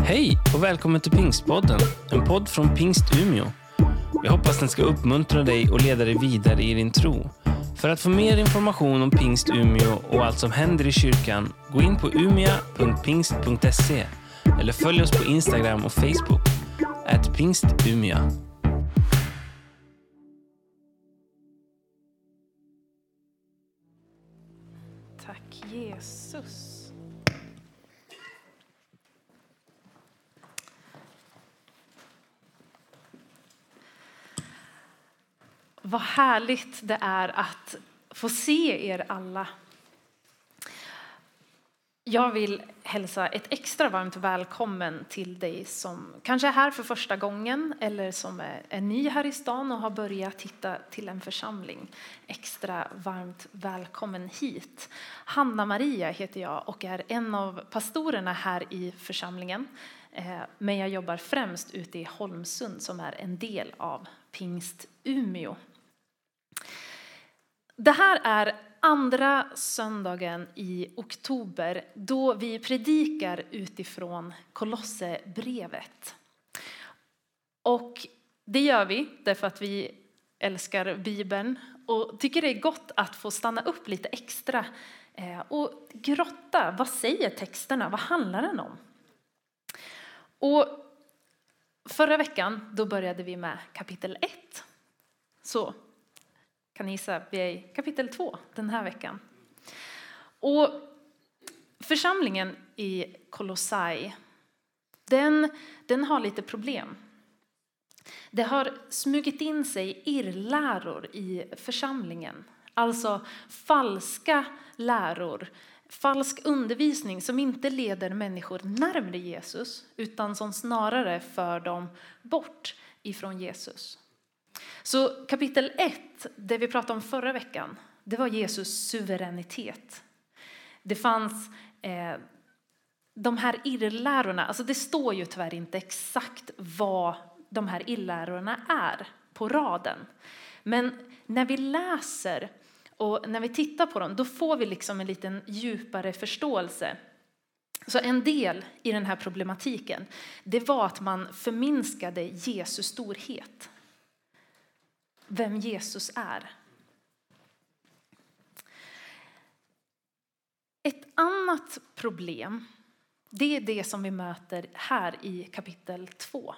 Hej och välkommen till Pingstpodden, en podd från Pingst Umeå. Jag hoppas den ska uppmuntra dig och leda dig vidare i din tro. För att få mer information om Pingst Umeå och allt som händer i kyrkan, gå in på umia.pingst.se eller följ oss på Instagram och Facebook, @pingstumia. Tack Jesus. Vad härligt det är att få se er alla. Jag vill hälsa ett extra varmt välkommen till dig som kanske är här för första gången eller som är ny här i stan och har börjat titta till en församling. Extra varmt välkommen hit. Hanna-Maria heter jag och är en av pastorerna här i församlingen. Men jag jobbar främst ute i Holmsund som är en del av Pingst Umeå. Det här är andra söndagen i oktober då vi predikar utifrån Kolosserbrevet. Och det gör vi därför att vi älskar Bibeln och tycker det är gott att få stanna upp lite extra och grotta. Vad säger texterna? Vad handlar den om? Och förra veckan då började vi med kapitel 1. Så kan ni gissa, vi är i kapitel 2 den här veckan. Och församlingen i Kolossai, den har lite problem. Det har smugit in sig irrläror i församlingen. Alltså falska läror, falsk undervisning som inte leder människor närmare Jesus utan som snarare för dem bort ifrån Jesus. Så kapitel 1, det vi pratade om förra veckan, det var Jesus suveränitet. Det fanns de här irrlärorna, alltså det står ju tyvärr inte exakt vad de här irrlärorna är på raden. Men när vi läser och när vi tittar på dem, då får vi liksom en liten djupare förståelse. Så en del i den här problematiken, det var att man förminskade Jesu storhet. Vem Jesus är. Ett annat problem, det är det som vi möter här i kapitel 2.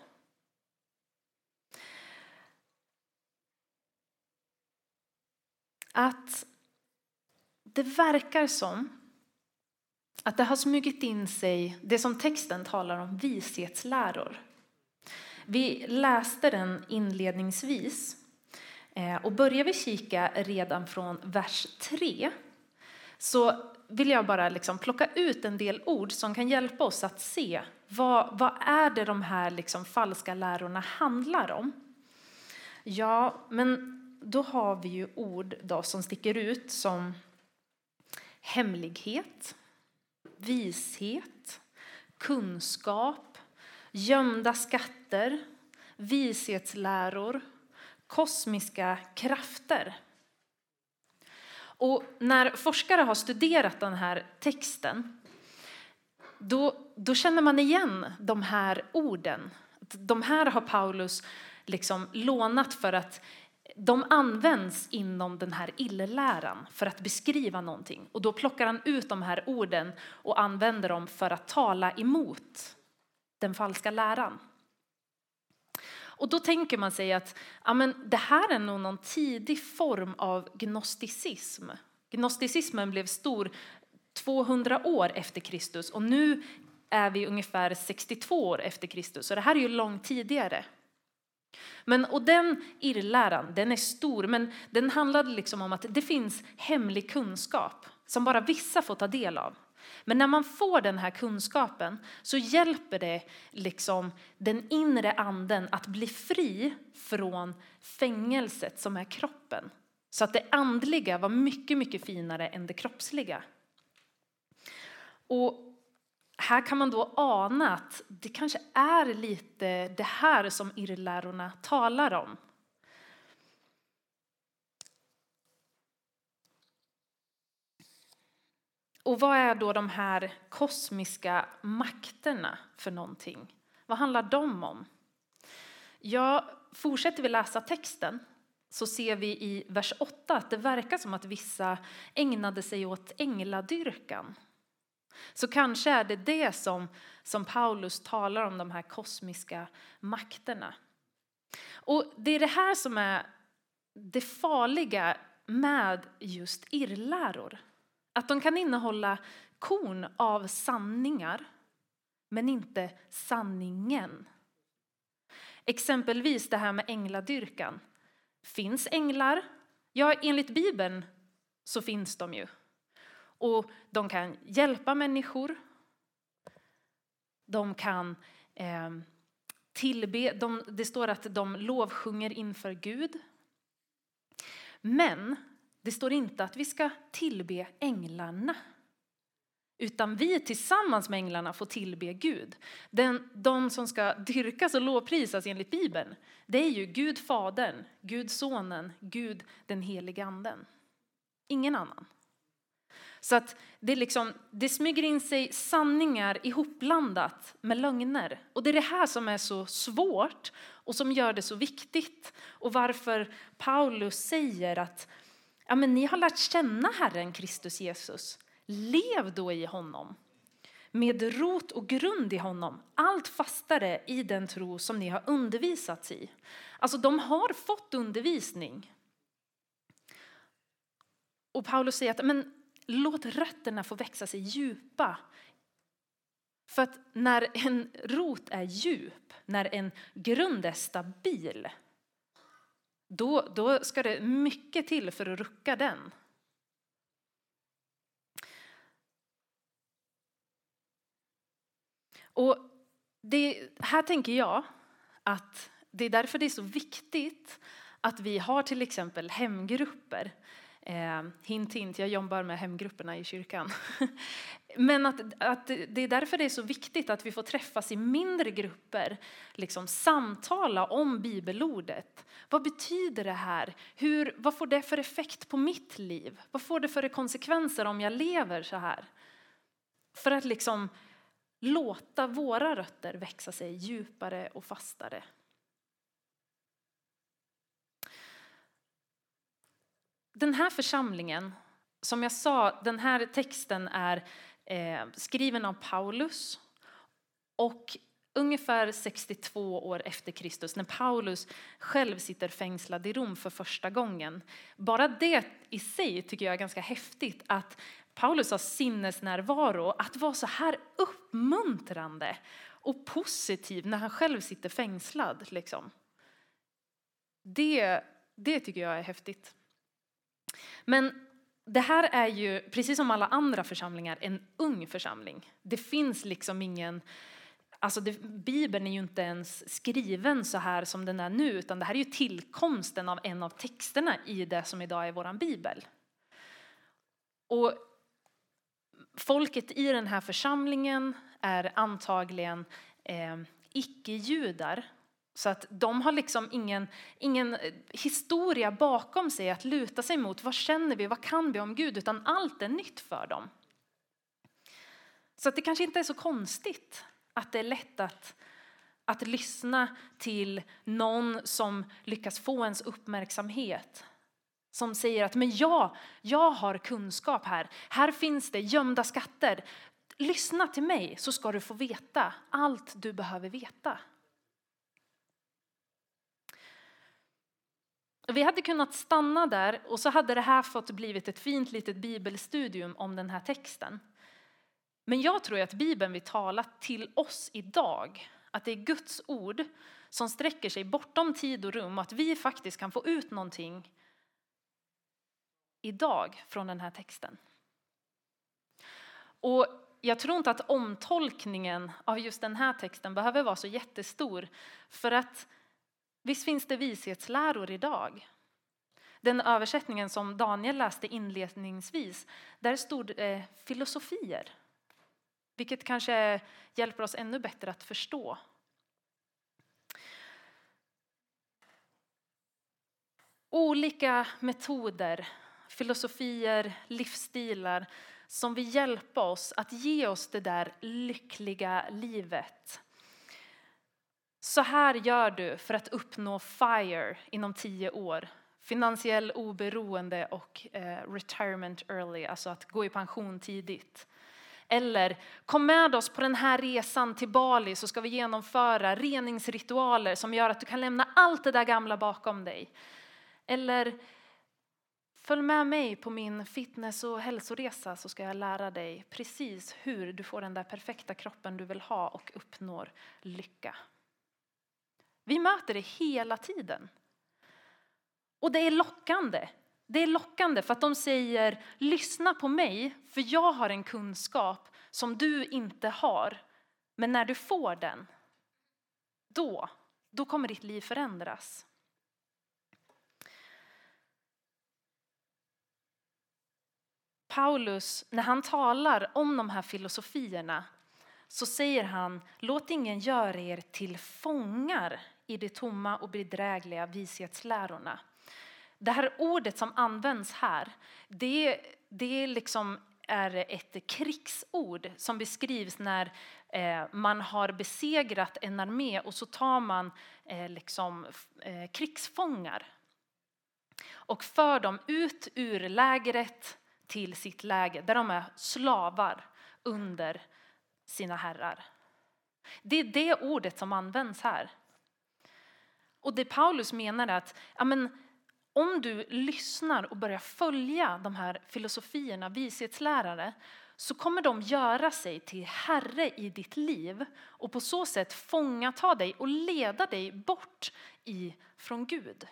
Att det verkar som att det har smugit in sig det som texten talar om, vishetsläror. Vi läste den inledningsvis. Och börjar vi kika redan från vers 3 så vill jag bara liksom plocka ut en del ord som kan hjälpa oss att se vad är det de här liksom falska lärorna handlar om. Ja, men då har vi ju ord då som sticker ut som hemlighet, vishet, kunskap, gömda skatter, vishetsläror, kosmiska krafter. Och när forskare har studerat den här texten då känner man igen de här orden. De här har Paulus liksom lånat för att de används inom den här irrläran för att beskriva någonting. Och då plockar han ut de här orden och använder dem för att tala emot den falska läran. Och då tänker man sig att det här är nog någon tidig form av gnosticism. Gnosticismen blev stor 200 år efter Kristus och nu är vi ungefär 62 år efter Kristus. Så det här är ju långt tidigare. Och den irrläran, den är stor, men den handlade liksom om att det finns hemlig kunskap som bara vissa får ta del av. Men när man får den här kunskapen så hjälper det liksom den inre anden att bli fri från fängelset som är kroppen. Så att det andliga var mycket, mycket finare än det kroppsliga. Och här kan man då ana att det kanske är lite det här som irrlärorna talar om. Och vad är då de här kosmiska makterna för någonting? Vad handlar de om? Ja, fortsätter vi läsa texten så ser vi i vers 8 att det verkar som att vissa ägnade sig åt ängladyrkan. Så kanske är det som Paulus talar om, de här kosmiska makterna. Och det är det här som är det farliga med just irrläror. Att de kan innehålla korn av sanningar, men inte sanningen. Exempelvis det här med ängladyrkan. Finns änglar? Ja, enligt Bibeln så finns de ju. Och de kan hjälpa människor. De kan tillbe. Det står att de lovsjunger inför Gud. Men det står inte att vi ska tillbe änglarna. Utan vi tillsammans med änglarna får tillbe Gud. De som ska dyrkas och lovprisas enligt Bibeln, det är ju Gud Fadern, Gud Sonen, Gud den helige anden. Ingen annan. Så att det smyger in sig sanningar ihopblandat med lögner. Och det är det här som är så svårt och som gör det så viktigt. Och varför Paulus säger att ja, men ni har lärt känna Herren Kristus Jesus. Lev då i honom. Med rot och grund i honom. Allt fastare i den tro som ni har undervisats i. Alltså de har fått undervisning. Och Paulus säger att men låt rötterna få växa sig djupa. För att när en rot är djup, när en grund är stabil, då ska det mycket till för att rucka den. Och här tänker jag att det är därför det är så viktigt att vi har till exempel hemgrupper. Hint, hint, jag jobbar med hemgrupperna i kyrkan. Men att det är därför det är så viktigt att vi får träffas i mindre grupper. Liksom samtala om bibelordet. Vad betyder det här? Vad får det för effekt på mitt liv? Vad får det för konsekvenser om jag lever så här? För att liksom låta våra rötter växa sig djupare och fastare. Den här församlingen, som jag sa, den här texten är skriven av Paulus. Och ungefär 62 år efter Kristus, när Paulus själv sitter fängslad i Rom för första gången. Bara det i sig tycker jag är ganska häftigt, att Paulus har sinnesnärvaro, att vara så här uppmuntrande och positiv när han själv sitter fängslad. Liksom. Det tycker jag är häftigt. Men det här är ju, precis som alla andra församlingar, en ung församling. Det finns liksom ingen, Bibeln är ju inte ens skriven så här som den är nu, utan det här är ju tillkomsten av en av texterna i det som idag är våran bibel. Och folket i den här församlingen är antagligen icke-judar. Så att de har liksom ingen historia bakom sig att luta sig mot. Vad känner vi? Vad kan vi om Gud? Utan allt är nytt för dem. Så att det kanske inte är så konstigt att det är lätt att lyssna till någon som lyckas få ens uppmärksamhet. Som säger att men jag har kunskap här. Här finns det gömda skatter. Lyssna till mig så ska du få veta allt du behöver veta. Vi hade kunnat stanna där och så hade det här fått blivit ett fint litet bibelstudium om den här texten. Men jag tror att Bibeln vill tala till oss idag. Att det är Guds ord som sträcker sig bortom tid och rum. Att vi faktiskt kan få ut någonting idag från den här texten. Och jag tror inte att omtolkningen av just den här texten behöver vara så jättestor. För att visst finns det vishetsläror idag. Den översättningen som Daniel läste inledningsvis, där stod filosofier. Vilket kanske hjälper oss ännu bättre att förstå. Olika metoder, filosofier, livsstilar som vill hjälpa oss att ge oss det där lyckliga livet. Så här gör du för att uppnå FIRE inom 10 år. Finansiell oberoende och retirement early, alltså att gå i pension tidigt. Eller kom med oss på den här resan till Bali så ska vi genomföra reningsritualer som gör att du kan lämna allt det där gamla bakom dig. Eller följ med mig på min fitness- och hälsoresa så ska jag lära dig precis hur du får den där perfekta kroppen du vill ha och uppnår lycka. Vi möter det hela tiden. Och det är lockande. Det är lockande för att de säger, lyssna på mig för jag har en kunskap som du inte har. Men när du får den, då kommer ditt liv förändras. Paulus, när han talar om de här filosofierna så säger han, låt ingen göra er till fångar i de tomma och bedrägliga vishetslärorna. Det här ordet som används här, det liksom är ett krigsord som beskrivs när man har besegrat en armé och så tar man krigsfångar och för dem ut ur lägret till sitt läger där de är slavar under sina herrar. Det är det ordet som används här. Och det Paulus menar är att om du lyssnar och börjar följa de här filosofierna, vishetslärare, så kommer de göra sig till herre i ditt liv och på så sätt fångata dig och leda dig bort från Gud.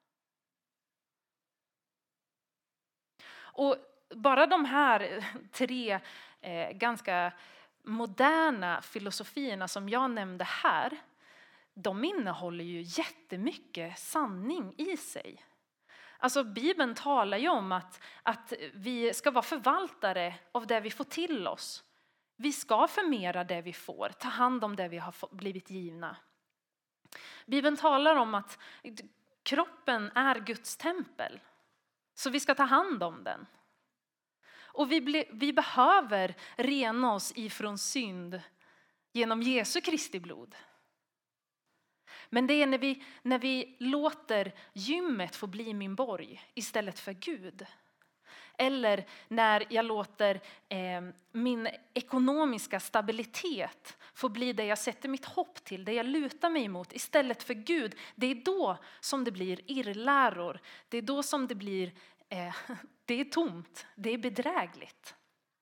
Och bara de här 3 ganska moderna filosofierna som jag nämnde här, de innehåller ju jättemycket sanning i sig. Alltså Bibeln talar ju om att vi ska vara förvaltare av det vi får till oss. Vi ska förmera det vi får, ta hand om det vi har blivit givna. Bibeln talar om att kroppen är Guds tempel, så vi ska ta hand om den. Och vi behöver rena oss ifrån synd genom Jesu Kristi blod. Men det är när vi låter gymmet få bli min borg istället för Gud. Eller när jag låter min ekonomiska stabilitet få bli det jag sätter mitt hopp till, det jag lutar mig emot istället för Gud. Det är då som det blir irrläror. Det är då som det blir, det är tomt, det är bedrägligt.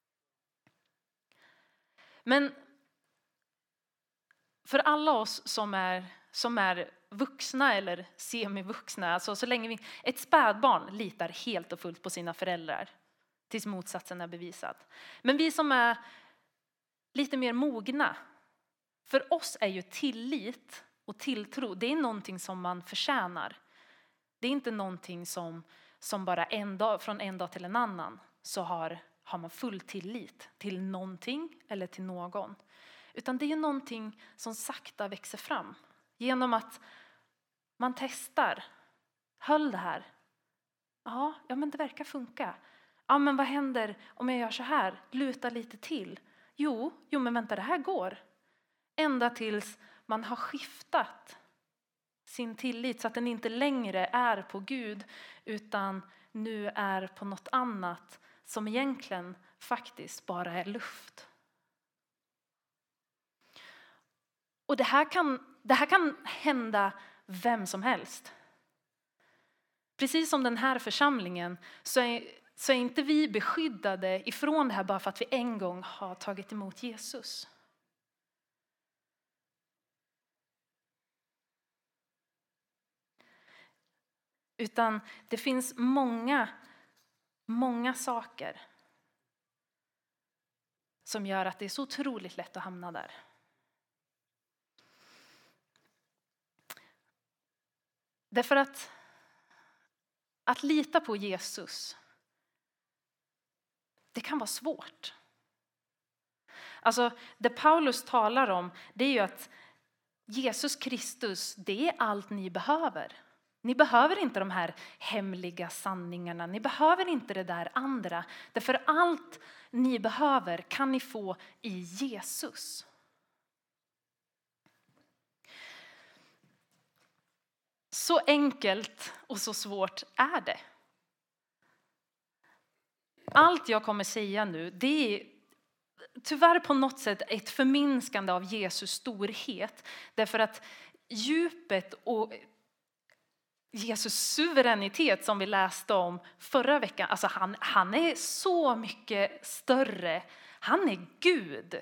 Men för alla oss som är vuxna eller semivuxna, alltså så länge ett spädbarn litar helt och fullt på sina föräldrar tills motsatsen är bevisad. Men vi som är lite mer mogna, för oss är ju tillit och tilltro, det är någonting som man förtjänar. Det är inte någonting som bara från en dag till en annan så har man full tillit till någonting eller till någon. Utan det är ju någonting som sakta växer fram. Genom att man testar. Höll det här? Ja, men det verkar funka. Ja, men vad händer om jag gör så här? Luta lite till. Jo, men vänta, det här går. Ända tills man har skiftat sin tillit så att den inte längre är på Gud utan nu är på något annat som egentligen faktiskt bara är luft. Och det här kan hända vem som helst. Precis som den här församlingen så är inte vi beskyddade ifrån det här bara för att vi en gång har tagit emot Jesus. Utan det finns många saker som gör att det är så otroligt lätt att hamna där. Därför att lita på Jesus, det kan vara svårt. Alltså det Paulus talar om, det är ju att Jesus Kristus, det är allt ni behöver. Ni behöver inte de här hemliga sanningarna. Ni behöver inte det där andra. Därför allt ni behöver kan ni få i Jesus. Så enkelt och så svårt är det. Allt jag kommer säga nu, det är tyvärr på något sätt ett förminskande av Jesus storhet. Därför att djupet och Jesus suveränitet som vi läste om förra veckan, alltså han är så mycket större. Han är Gud.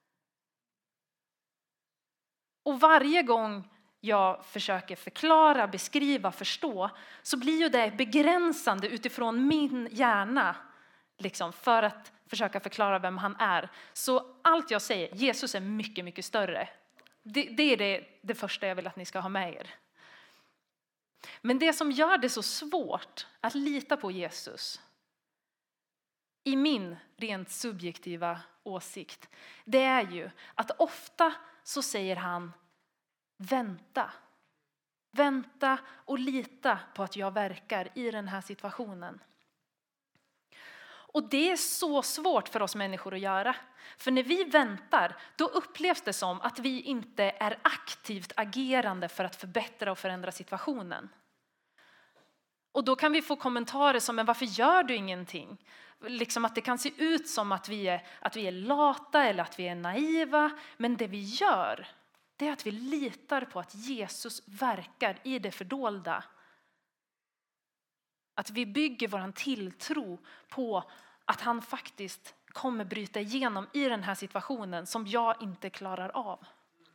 Och varje gång jag försöker förklara, beskriva, förstå, så blir ju det begränsande utifrån min hjärna, liksom, för att försöka förklara vem han är. Så allt jag säger, Jesus är mycket, mycket större. Det är det första jag vill att ni ska ha med er. Men det som gör det så svårt att lita på Jesus, i min rent subjektiva åsikt, det är ju att ofta så säger han: vänta. Vänta och lita på att jag verkar i den här situationen. Och det är så svårt för oss människor att göra. För när vi väntar, då upplevs det som att vi inte är aktivt agerande för att förbättra och förändra situationen. Och då kan vi få kommentarer som: men varför gör du ingenting? Liksom att det kan se ut som att vi är lata eller att vi är naiva. Men det vi gör, det är att vi litar på att Jesus verkar i det fördolda. Att vi bygger vår tilltro på att han faktiskt kommer bryta igenom i den här situationen som jag inte klarar av.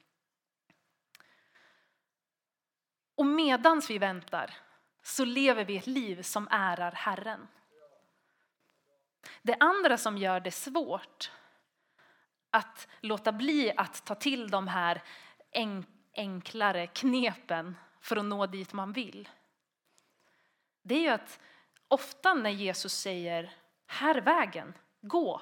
Och medans vi väntar så lever vi ett liv som ärar Herren. Det andra som gör det svårt att låta bli att ta till de här enklare knepen för att nå dit man vill, det är ju att ofta när Jesus säger: här är vägen, gå,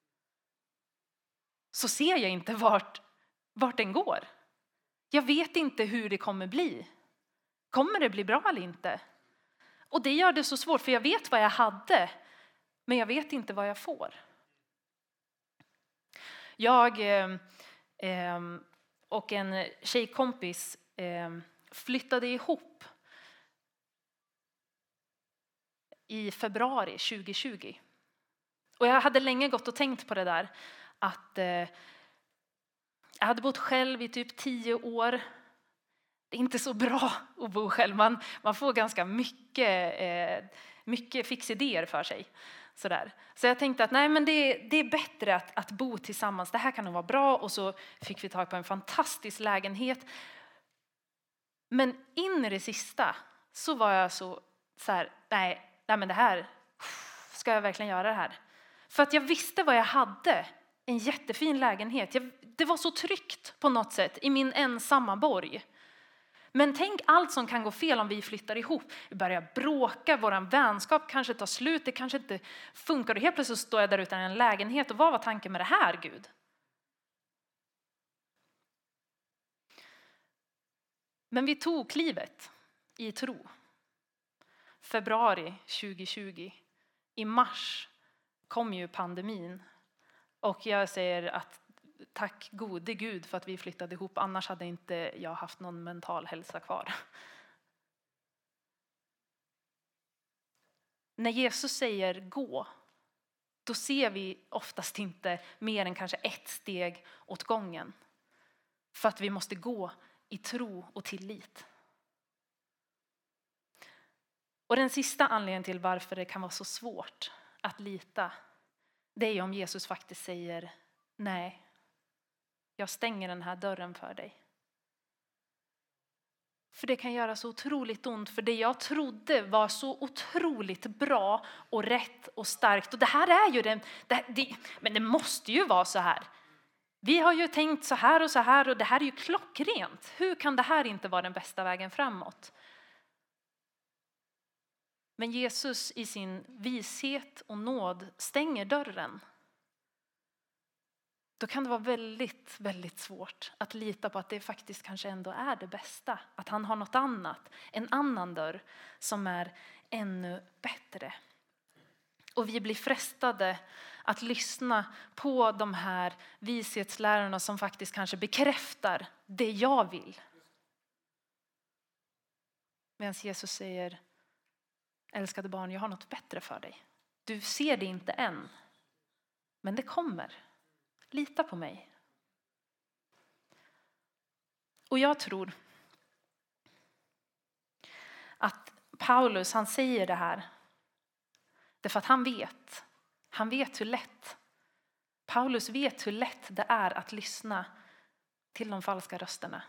så ser jag inte vart den går. Jag vet inte hur det kommer bli. Kommer det bli bra eller inte? Och det gör det så svårt, för jag vet vad jag hade, men jag vet inte vad jag får. Jag och en tjejkompis flyttade ihop i februari 2020. Och jag hade länge gått och tänkt på det där. Att jag hade bott själv i typ 10 år. Det är inte så bra att bo själv. Man får ganska mycket fixidéer för sig. Sådär. Så jag tänkte att nej, men det är bättre att bo tillsammans. Det här kan nog vara bra. Och så fick vi tag på en fantastisk lägenhet. Men in i det sista så var jag så här: nej men det här, ska jag verkligen göra det här? För att jag visste vad jag hade. En jättefin lägenhet. Det var så tryggt på något sätt i min ensamma borg. Men tänk allt som kan gå fel om vi flyttar ihop. Vi börjar bråka, våran vänskap kanske tar slut, det kanske inte funkar. Och helt plötsligt står jag där utan en lägenhet. Och vad var tanken med det här, Gud? Men vi tog klivet i tro. Februari 2020. I mars kom ju pandemin. Och jag säger att tack gode Gud för att vi flyttade ihop. Annars hade inte jag haft någon mental hälsa kvar. När Jesus säger gå, då ser vi oftast inte mer än kanske ett steg åt gången. För att vi måste gå i tro och tillit. Och den sista anledningen till varför det kan vara så svårt att lita, det är om Jesus faktiskt säger: nej, jag stänger den här dörren för dig. För det kan göra så otroligt ont. För det jag trodde var så otroligt bra och rätt och starkt. Och det här är ju men det måste ju vara så här. Vi har ju tänkt så här och det här är ju klockrent. Hur kan det här inte vara den bästa vägen framåt? Men Jesus i sin vishet och nåd stänger dörren. då kan det vara väldigt, väldigt svårt att lita på att det faktiskt kanske ändå är det bästa. Att han har något annat, en annan dörr som är ännu bättre. Och vi blir frestade att lyssna på de här vishetslärarna som faktiskt kanske bekräftar det jag vill. Medan Jesus säger, älskade barn, jag har något bättre för dig. Du ser det inte än, men det kommer. Lita på mig. Och jag tror att Paulus, han säger det här därför att han vet hur lätt, Paulus vet hur lätt det är att lyssna till de falska rösterna.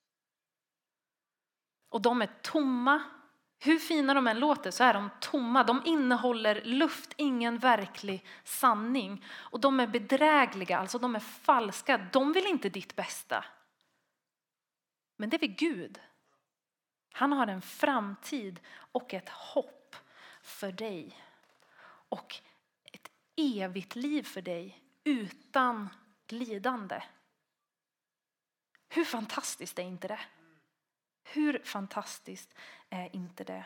Och de är tomma. Hur fina de än låter så är de tomma. De innehåller luft, ingen verklig sanning. Och de är bedrägliga, alltså de är falska. De vill inte ditt bästa. Men det vill Gud. Han har en framtid och ett hopp för dig. Och ett evigt liv för dig utan lidande. Hur fantastiskt är inte det? Hur fantastiskt är inte det?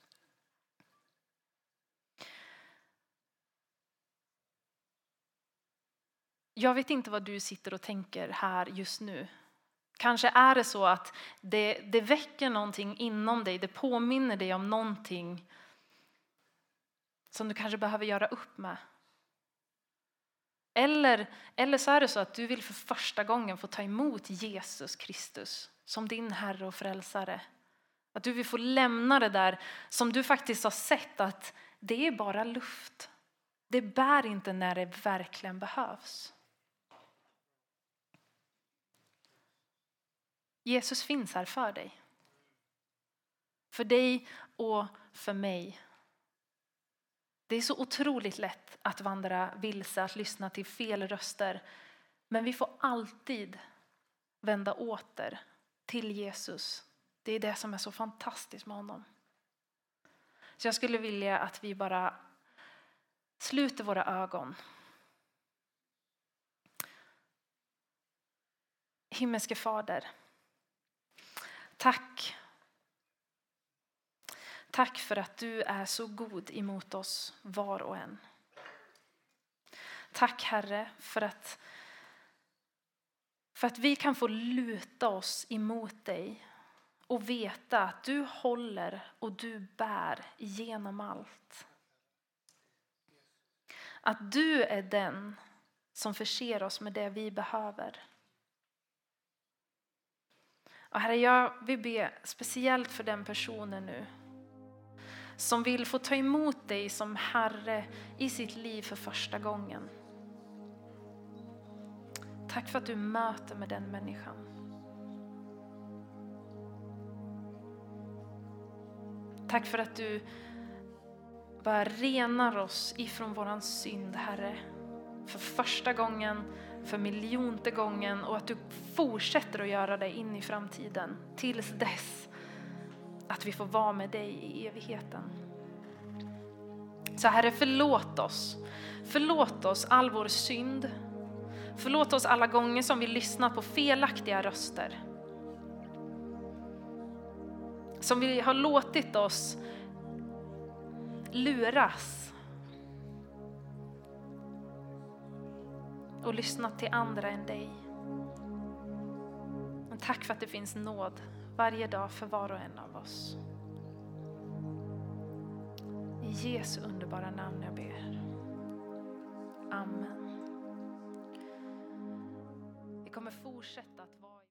Jag vet inte vad du sitter och tänker här just nu. Kanske är det så att det väcker någonting inom dig. Det påminner dig om någonting som du kanske behöver göra upp med. Eller så är det så att du vill för första gången få ta emot Jesus Kristus som din Herre och frälsare. Att du vill få lämna det där som du faktiskt har sett att det är bara luft. Det bär inte när det verkligen behövs. Jesus finns här för dig. För dig och för mig. Det är så otroligt lätt att vandra vilse, att lyssna till fel röster. Men vi får alltid vända åter till Jesus. Det är det som är så fantastiskt med honom. Så jag skulle vilja att vi bara sluter våra ögon. Himmelske Fader. Tack. Tack för att du är så god emot oss var och en. Tack Herre för att vi kan få luta oss emot dig och veta att du håller och du bär igenom allt. Att du är den som förser oss med det vi behöver. Och Herre, jag vill be speciellt för den personen nu som vill få ta emot dig som Herre i sitt liv för första gången. Tack för att du möter med den människan. Tack för att du bara renar oss ifrån våran synd, Herre. För första gången, för miljonte gången, och att du fortsätter att göra det in i framtiden tills dess att vi får vara med dig i evigheten. Så Herre, förlåt oss. Förlåt oss all vår synd. Förlåt oss alla gånger som vi lyssnar på felaktiga röster. Som vi har låtit oss luras. Och lyssnat till andra än dig. Men tack för att det finns nåd varje dag för var och en av oss. I Jesu underbara namn jag ber. Amen. Vi kommer fortsätta att vara